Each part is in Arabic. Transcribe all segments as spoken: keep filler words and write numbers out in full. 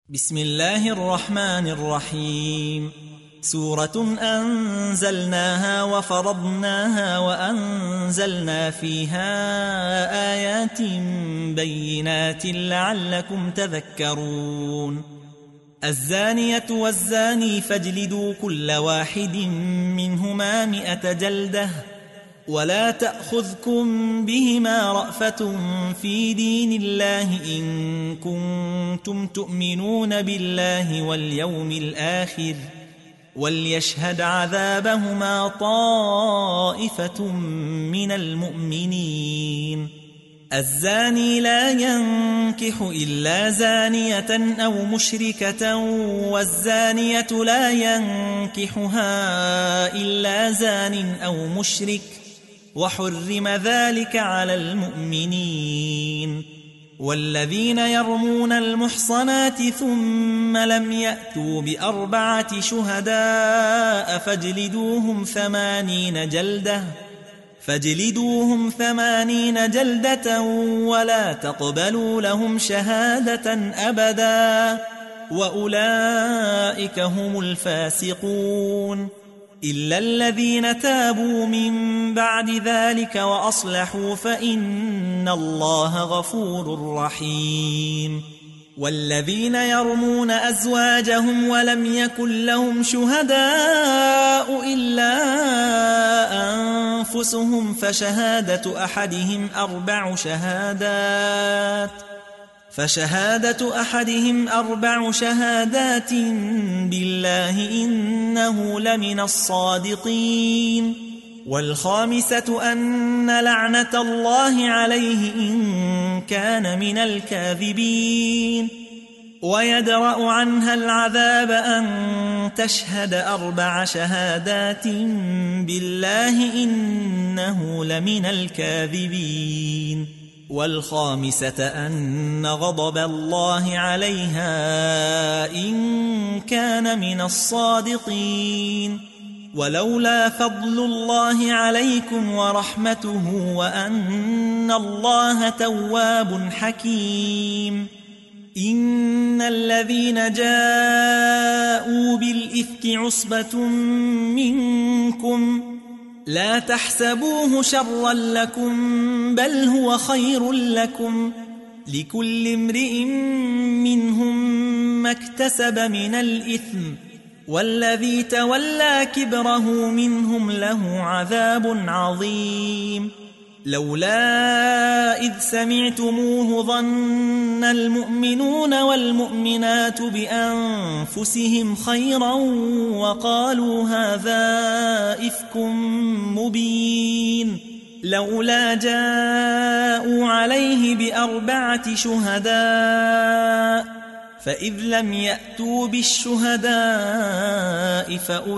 بسم الله الرحمن الرحيم. سورة أنزلناها وفرضناها وأنزلنا فيها آيات بينات لعلكم تذكرون. الزانية والزاني فاجلدوا كل واحد منهما مئة جلدة ولا تأخذكم بهما رأفة في دين الله إن كنتم تؤمنون بالله واليوم الآخر وليشهد عذابهما طائفة من المؤمنين. الزاني لا ينكح إلا زانية أو مشركة والزانية لا ينكحها إلا زان أو مشرك وحرم ذلك على المؤمنين. والذين يرمون المحصنات ثم لم يأتوا بأربعة شهداء فاجلدوهم ثمانين جلدة فاجلدوهم ثمانين جلدة ولا تقبلوا لهم شهادة أبدا وأولئك هم الفاسقون إلا الذين تابوا من بعد ذلك وأصلحوا فإن الله غفور رحيم. والذين يرمون أزواجهم ولم يكن لهم شهداء إلا أنفسهم فشهادة أحدهم أربع شهادات فشهادة أحدهم أربع شهادات بالله إنه لمن الصادقين. والخامسة أن لعنة الله عليه إن كان من الكاذبين. ويدرأ عنها العذاب أن تشهد أربع شهادات بالله إنه لمن الكاذبين. والخامسة أن غضب الله عليها إن كان من الصادقين. ولولا فضل الله عليكم ورحمته وأن الله تواب حكيم. إن الذين جاءوا بالإفك عصبة منكم لا تحسبوه شرا لكم بل هو خير لكم لكل امرئ منهم ما اكتسب من الإثم والذي تولى كبره منهم له عذاب عظيم. لولا إذ سمعتموه ظن المؤمنون والمؤمنات بأنفسهم خيرا وقالوا هذا إفك مبين. لولا جاءوا عليه بأربعة شهداء فإذ لم يأتوا بالشهداء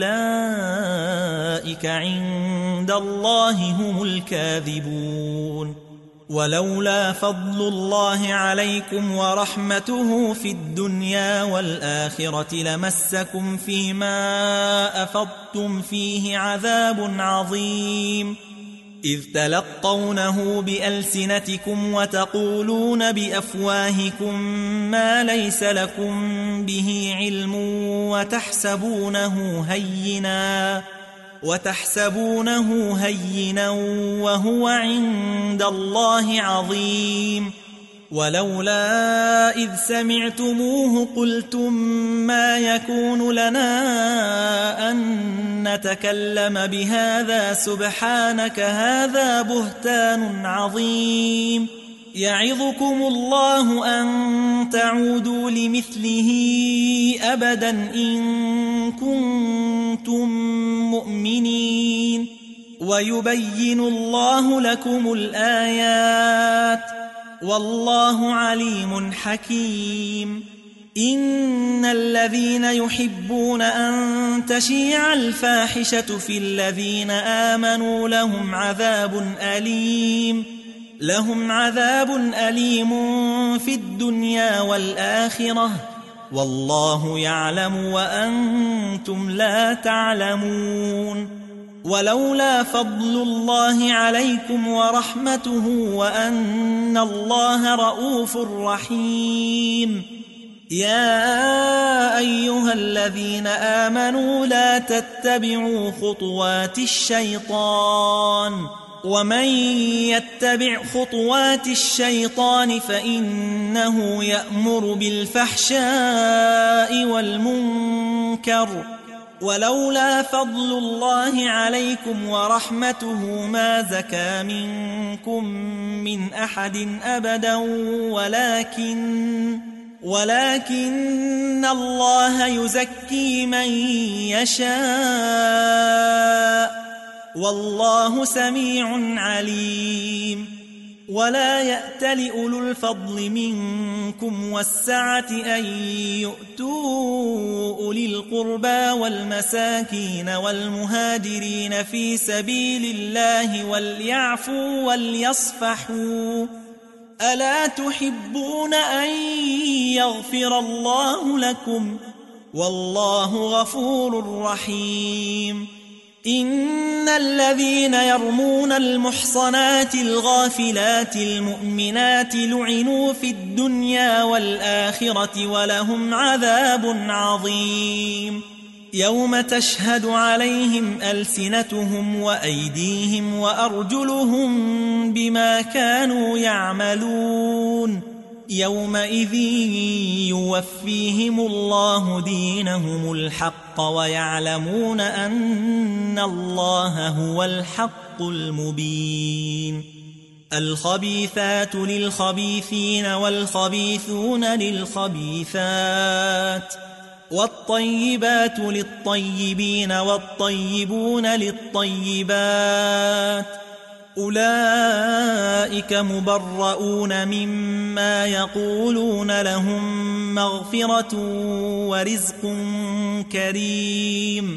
فأولئك عند الله هم الكاذبون. ولولا فضل الله عليكم ورحمته في الدنيا والآخرة لمسكم فيما أفضتم فيه عذاب عظيم إذ تلقونه بألسنتكم وتقولون بأفواهكم ما ليس لكم به علم وتحسبونه هينا وتحسبونه هينا وهو عند الله عظيم. ولولا إذ سمعتموه قلتم ما يكون لنا أن نتكلم بهذا سبحانك هذا بهتان عظيم. يعظكم الله أن تعودوا لمثله أبدا إن كنتم مؤمنين. ويبين الله لكم الآيات والله عليم حكيم. إن الذين يحبون أن تشيع الفاحشة في الذين آمنوا لهم عذاب أليم لهم عذاب أليم في الدنيا والآخرة والله يعلم وأنتم لا تعلمون. ولولا فضل الله عليكم ورحمته وأن الله رؤوف رحيم يا أيها الذين آمنوا لا تتبعوا خطوات الشيطان ومن يتبع خطوات الشيطان فإنه يأمر بالفحشاء والمنكر ولولا فضل الله عليكم ورحمته ما زكى منكم من أحد أبدا ولكن ولكن الله يزكي من يشاء والله سميع عليم. ولا يأتل أولو الفضل منكم والسعة أن يؤتوا أولي القربى والمساكين والمهاجرين في سبيل الله وليعفوا وليصفحوا ألا تحبون أن يغفر الله لكم والله غفور رحيم. إن الذين يرمون المحصنات الغافلات المؤمنات لعنوا في الدنيا والآخرة ولهم عذاب عظيم يوم تشهد عليهم ألسنتهم وأيديهم وأرجلهم بما كانوا يعملون يومئذ يوفيهم الله دينهم الحق ويعلمون أن الله هو الحق المبين. الخبيثات للخبيثين والخبيثون للخبيثات والطيبات للطيبين والطيبون للطيبات أولئك مبرؤون مما يقولون لهم مغفرة ورزق كريم.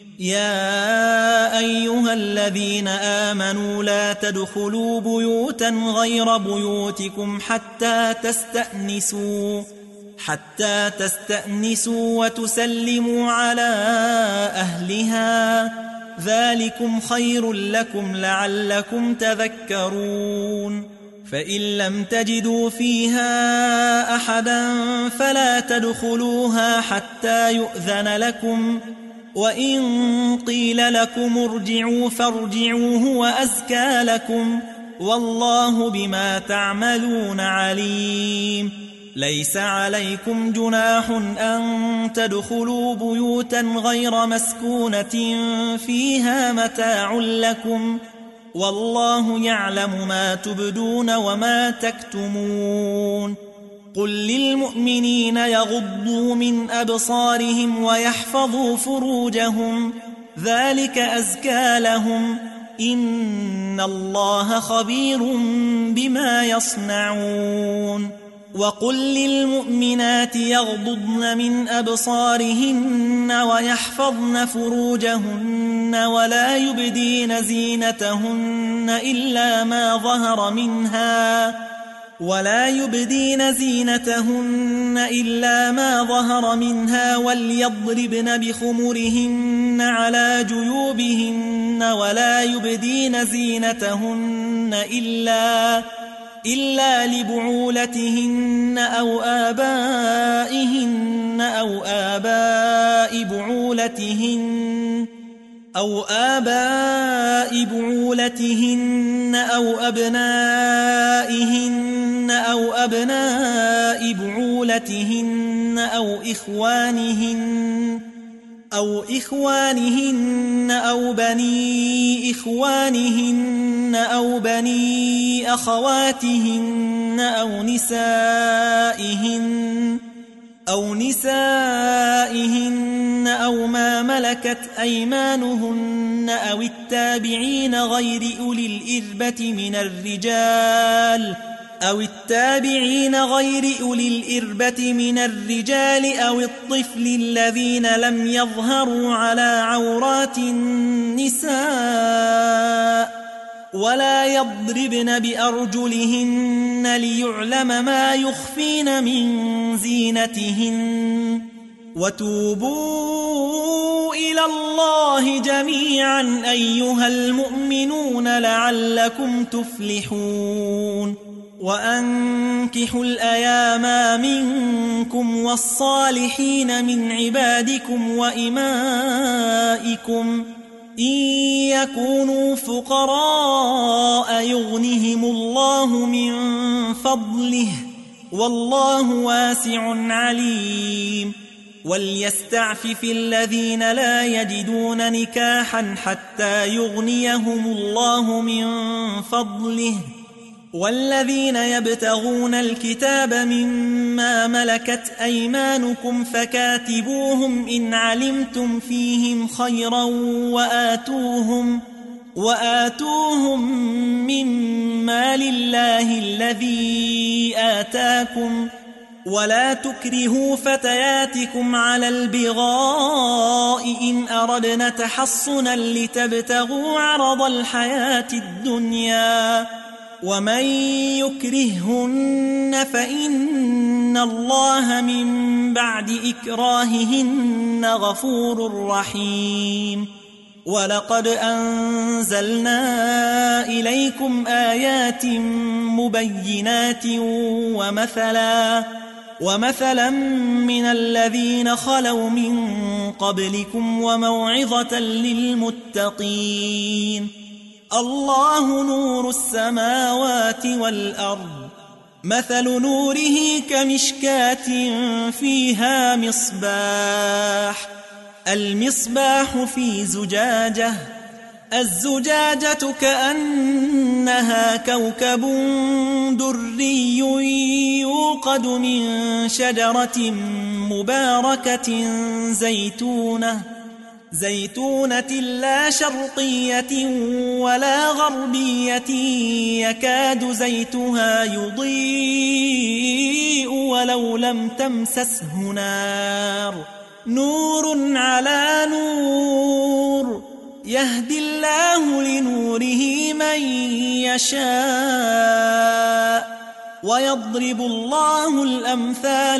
يا أيها الذين آمنوا لا تدخلوا بيوتا غير بيوتكم حتى تستأنسوا حتى تستأنسوا وتسلموا على أهلها ذلكم خير لكم لعلكم تذكرون. فإن لم تجدوا فيها أحدا فلا تدخلوها حتى يؤذن لكم وإن قيل لكم ارجعوا فارجعوا هو أزكى لكم والله بما تعملون عليم. ليس عليكم جناح أن تدخلوا بيوتا غير مسكونة فيها متاع لكم والله يعلم ما تبدون وما تكتمون. قل للمؤمنين يغضوا من أبصارهم ويحفظوا فروجهم ذلك أزكى لهم إن الله خبير بما يصنعون. وقل للمؤمنات يغضضن من أبصارهن ويحفظن فروجهن ولا يبدين زينتهن إلا ما ظهر منها ولا يبدين زينتهن إلا ما ظهر منها وليضربن بخمرهن على جيوبهن ولا يبدين زينتهن إلا إلا لبعولتهن أو آبائهن أو آباء بعولتهن أو آباء بعولتهن أو أبنائهن أو أبناء بعولتهن أو إخوانهن أو إخوانهن أو بني إخوانهن أو بني أخواتهن أو نسائهن أو نسائهن أو ما ملكت أيمانهن أو التابعين غير أولي الإربة من الرجال أو التابعين غير أولي الإربة من الرجال أو الطفل الذين لم يظهروا على عورات النساء ولا يضربن بأرجلهن ليعلم ما يخفين من زينتهن وتوبوا إلى الله جميعا أيها المؤمنون لعلكم تفلحون. وأنكحوا الأيام منكم والصالحين من عبادكم وإمائكم إن يكونوا فقراء يغنهم الله من فضله والله واسع عليم وليستعفف الذين لا يجدون نكاحا حتى يغنيهم الله من فضله والذين يبتغون الكتاب مما ملكت أيمانكم فكاتبوهم إن علمتم فيهم خيرا وآتوهم, وآتوهم مما لله الذي آتاكم ولا تكرهوا فتياتكم على البغاء إن أردنا تحصنا لتبتغوا عرض الحياة الدنيا ومن يكرههن فإن الله من بعد إكراههن غفور رحيم ولقد أنزلنا إليكم آيات مبينات ومثلا ومثلا من الذين خلوا من قبلكم وموعظة للمتقين الله نور السماوات والأرض مثل نوره كمشكاة فيها مصباح المصباح في زجاجة الزجاجة كأنها كوكب دري يوقد من شجرة مباركة زيتونة زيتونة لا شرقية ولا غربية يكاد زيتها يضيء ولو لم تمسسه نار نور على نور يهدي الله لنوره من يشاء ويضرب الله الأمثال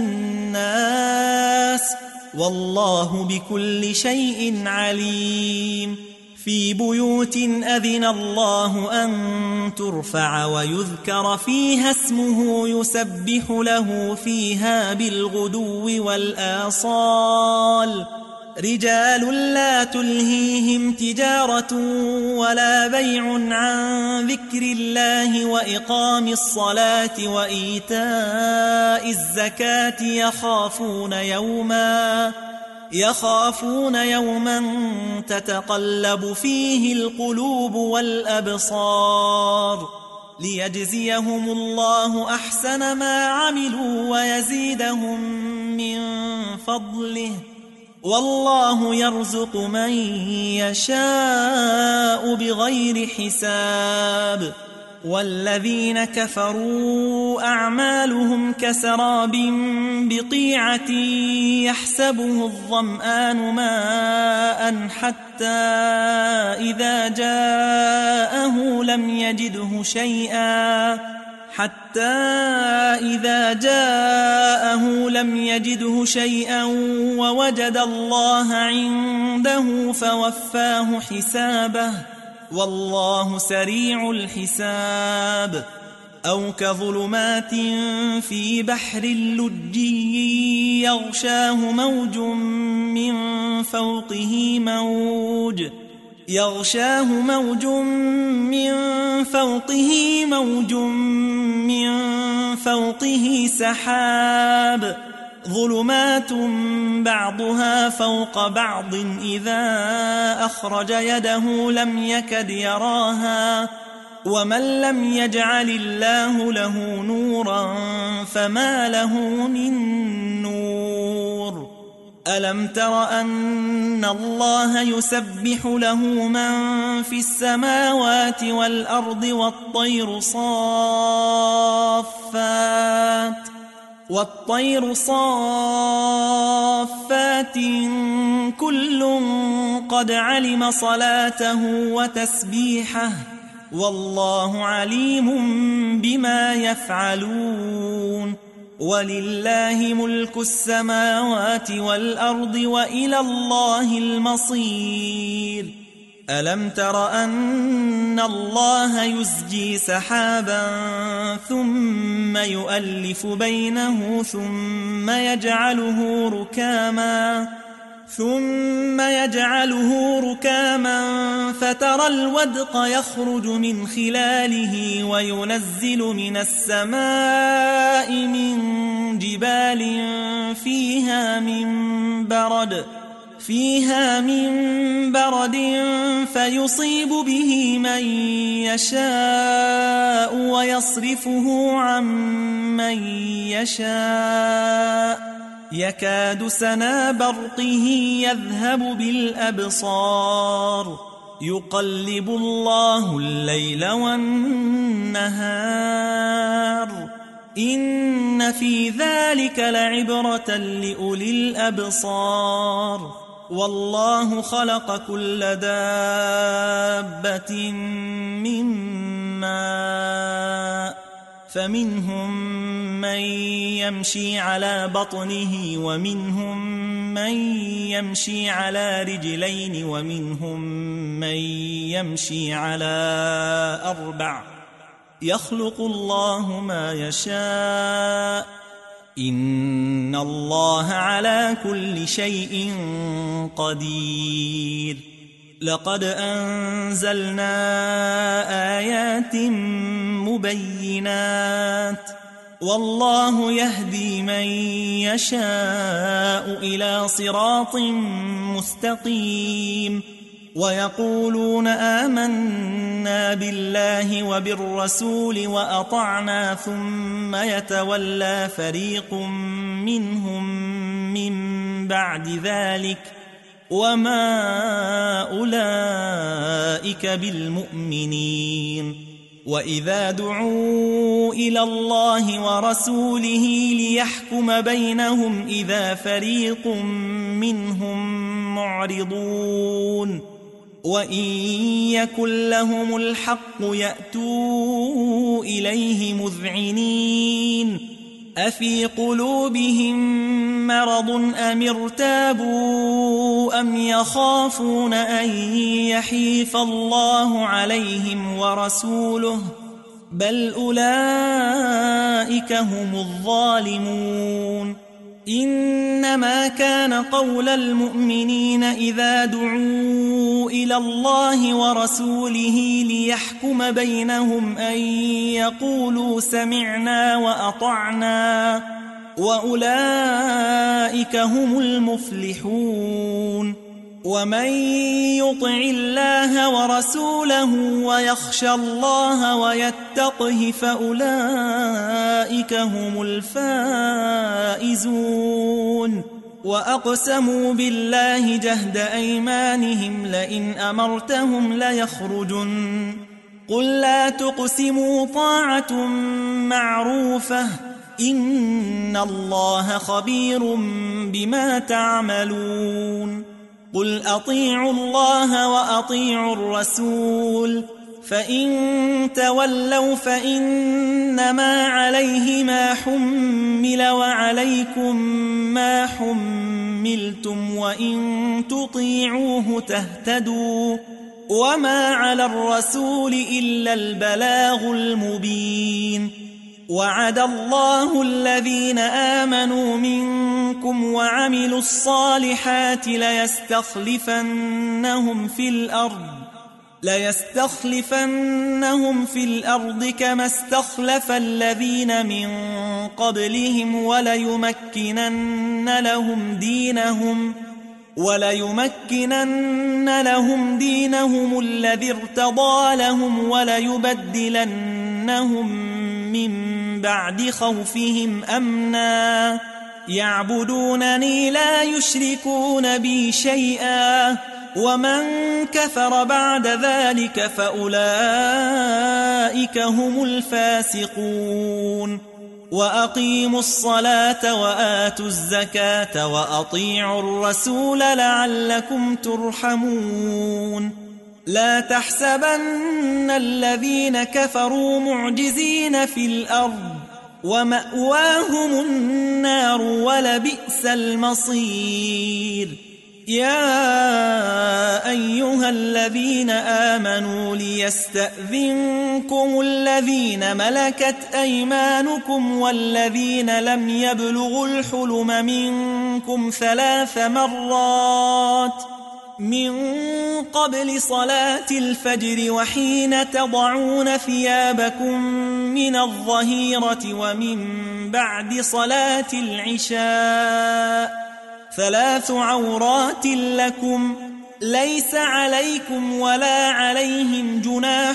للناس والله بكل شيء عليم في بيوت أذن الله أن ترفع ويذكر فيها اسمه يسبح له فيها بالغدو والآصال رجال لا تلهيهم تجارة ولا بيع عن ذكر الله وإقام الصلاة وإيتاء الزكاة يخافون يوما يخافون يوما تتقلب فيه القلوب والأبصار ليجزيهم الله أحسن ما عملوا ويزيدهم من فضله والله يرزق من يشاء بغير حساب والذين كفروا أعمالهم كسراب بقيعة يحسبه الظمآن ماء حتى إذا جاءه لم يجده شيئا حتى إذا جاءه لم يجده شيئا ووجد الله عنده فوفاه حسابه والله سريع الحساب أو كظلمات في بحر لجي يغشاه موج من فوقه موج يغشاه موج من فوقه موج من فوقه سحاب ظلمات بعضها فوق بعض إذا أخرج يده لم يكد يراها ومن لم يجعل الله له نورا فما له من نور ألم تر أن الله يسبح له من في السماوات والأرض والطير صافات والطير صافات كل قد علم صلاته وتسبيحه والله عليم بما يفعلون ولله ملك السماوات والأرض وإلى الله المصير ألم تر أن الله يزجي سحابا ثم يؤلف بينه ثم يجعله ركاما ثم يجعله ركاما فترى الودق يخرج من خلاله وينزل من السماء من جبال فيها من برد فيها من برد فيصيب به من يشاء ويصرفه عن من يشاء يكاد سنا برقه يذهب بالأبصار يقلب الله الليل والنهار إن في ذلك لعبرة لأولي الأبصار والله خلق كل دابة من ماء فمنهم من يمشي على بطنه ومنهم من يمشي على رجلين ومنهم من يمشي على أربع يخلق الله ما يشاء إن الله على كل شيء قدير لقد أنزلنا آيات مبينات والله يهدي من يشاء إلى صراط مستقيم ويقولون آمنا بالله وبالرسول وأطعنا ثم يتولى فريق منهم من بعد ذلك وما أولئك بالمؤمنين وإذا دعوا إلى الله ورسوله ليحكم بينهم إذا فريق منهم معرضون وإن يكن لهم الحق يأتوا إليه مذعنين أفي قلوبهم مرض أم ارتابوا أم يخافون أن يحيف الله عليهم ورسوله بل أولئك هم الظالمون إنما كان قول المؤمنين إذا دعوا إلى الله ورسوله ليحكم بينهم أن يقولوا سمعنا وأطعنا وأولئك هم المفلحون ومن يطع الله ورسوله ويخشى الله ويتقه فأولئك هم الفائزون وأقسموا بالله جهد أيمانهم لئن أمرتهم ليخرجن قل لا تقسموا طاعة معروفة إن الله خبير بما تعملون قل أطيعوا الله وأطيعوا الرسول فإن تولوا فإنما عليه ما حمل وعليكم ما حملتم وإن تطيعوه تهتدوا وما على الرسول إلا البلاغ المبين وعد الله الذين آمنوا منكم وعملوا الصالحات ليستخلفنهم في الأرض ليستخلفنهم في الأرض كما استخلف الذين من قبلهم وليمكنن لهم دينهم وليمكنن لهم دينهم الذي ارتضى لهم وليبدلنهم من بعد خوفهم أمنا يعبدونني لا يشركون بي شيئا ومن كفر بعد ذلك فأولئك هم الفاسقون وأقيموا الصلاة وآتوا الزكاة وأطيعوا الرسول لعلكم ترحمون لا تحسبن الذين كفروا معجزين في الأرض ومأواهم النار ولبئس المصير يا أيها الذين آمنوا ليستأذنكم الذين ملكت أيمانكم والذين لم يبلغوا الحلم منكم ثلاث مرات من قبل صلاة الفجر وحين تضعون ثيابكم من الظهيرة ومن بعد صلاة العشاء ثلاث عورات لكم ليس عليكم ولا عليهم جناح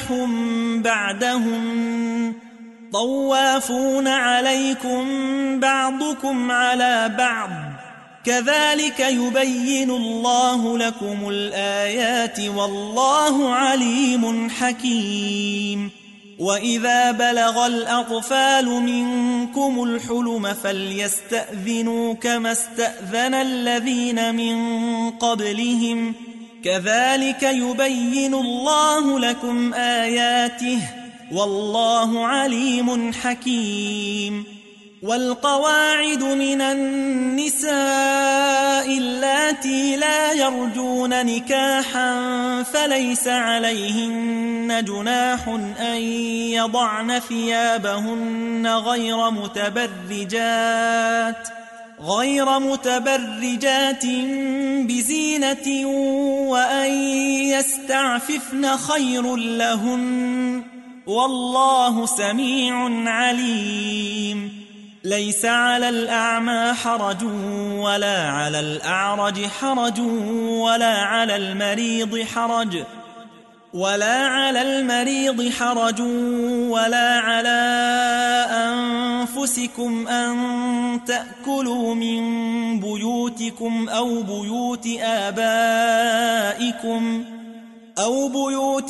بعدهم طوافون عليكم بعضكم على بعض كذلك يبين الله لكم الآيات والله عليم حكيم وإذا بلغ الأطفال منكم الحلم فليستأذنوا كما استأذن الذين من قبلهم كذلك يبين الله لكم آياته والله عليم حكيم والقواعد من النساء اللاتي لا يرجون نكاحا فليس عليهن جناح أن يضعن ثيابهن غير متبرجات غير متبرجات بزينة وأن يستعففن خير لهن والله سميع عليم ليس على الأعمى حرج ولا على الأعرج حرج ولا على المريض حرج ولا على المريض حرج ولا على أنفسكم أن تأكلوا من بيوتكم أو بيوت آبائكم أو بيوت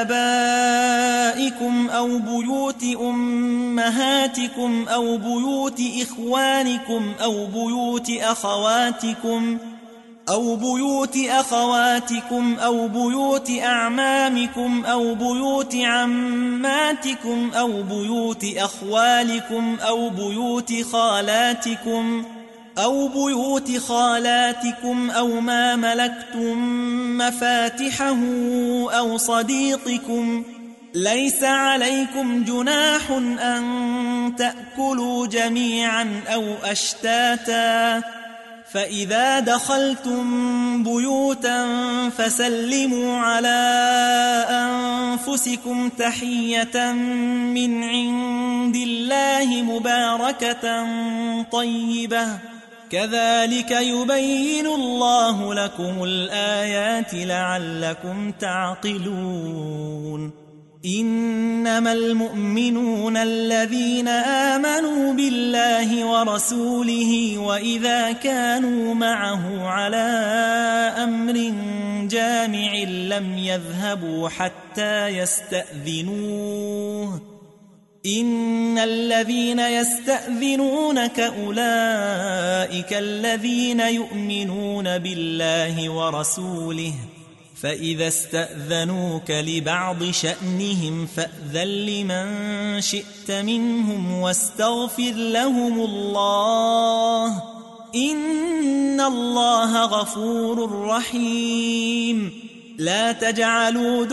آبائكم أو بيوت أمهاتكم أو بيوت إخوانكم أو بيوت أخواتكم أو بيوت أخواتكم أو بيوت أعمامكم أو بيوت عماتكم أو بيوت أخوالكم أو بيوت خالاتكم أو بيوت خالاتكم أو ما ملكتم مفاتحه أو صديقكم ليس عليكم جناح أن تأكلوا جميعا أو أشتاتا فإذا دخلتم بيوتا فسلموا على أنفسكم تحية من عند الله مباركة طيبة كذلك يبين الله لكم الآيات لعلكم تعقلون إنما المؤمنون الذين آمنوا بالله ورسوله وإذا كانوا معه على أمر جامع لم يذهبوا حتى يستأذنوه إن الذين يستأذنونك أولئك الذين يؤمنون بالله ورسوله فإذا استأذنوك لبعض شأنهم فأذن لمن شئت منهم واستغفر لهم الله إن الله غفور رحيم لا تجعلوا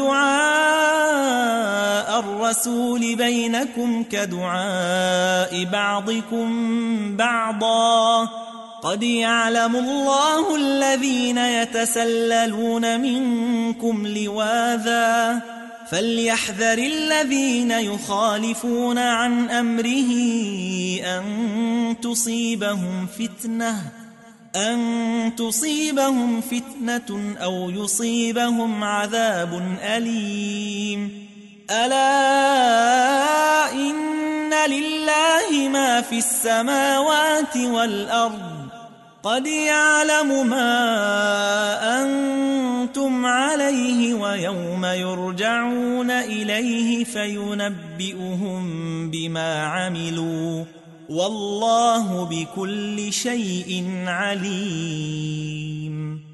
دعاء الرسول بينكم كدعاء بعضكم بعضا قد يعلم الله الذين يتسللون منكم لواذا فليحذر الذين يخالفون عن أمره أن تصيبهم فتنة أن تصيبهم فتنة أو يصيبهم عذاب أليم ألا إن لله ما في السماوات والأرض قد يعلم ما أنتم عليه ويوم يرجعون إليه فينبئهم بما عملوا والله بكل شيء عليم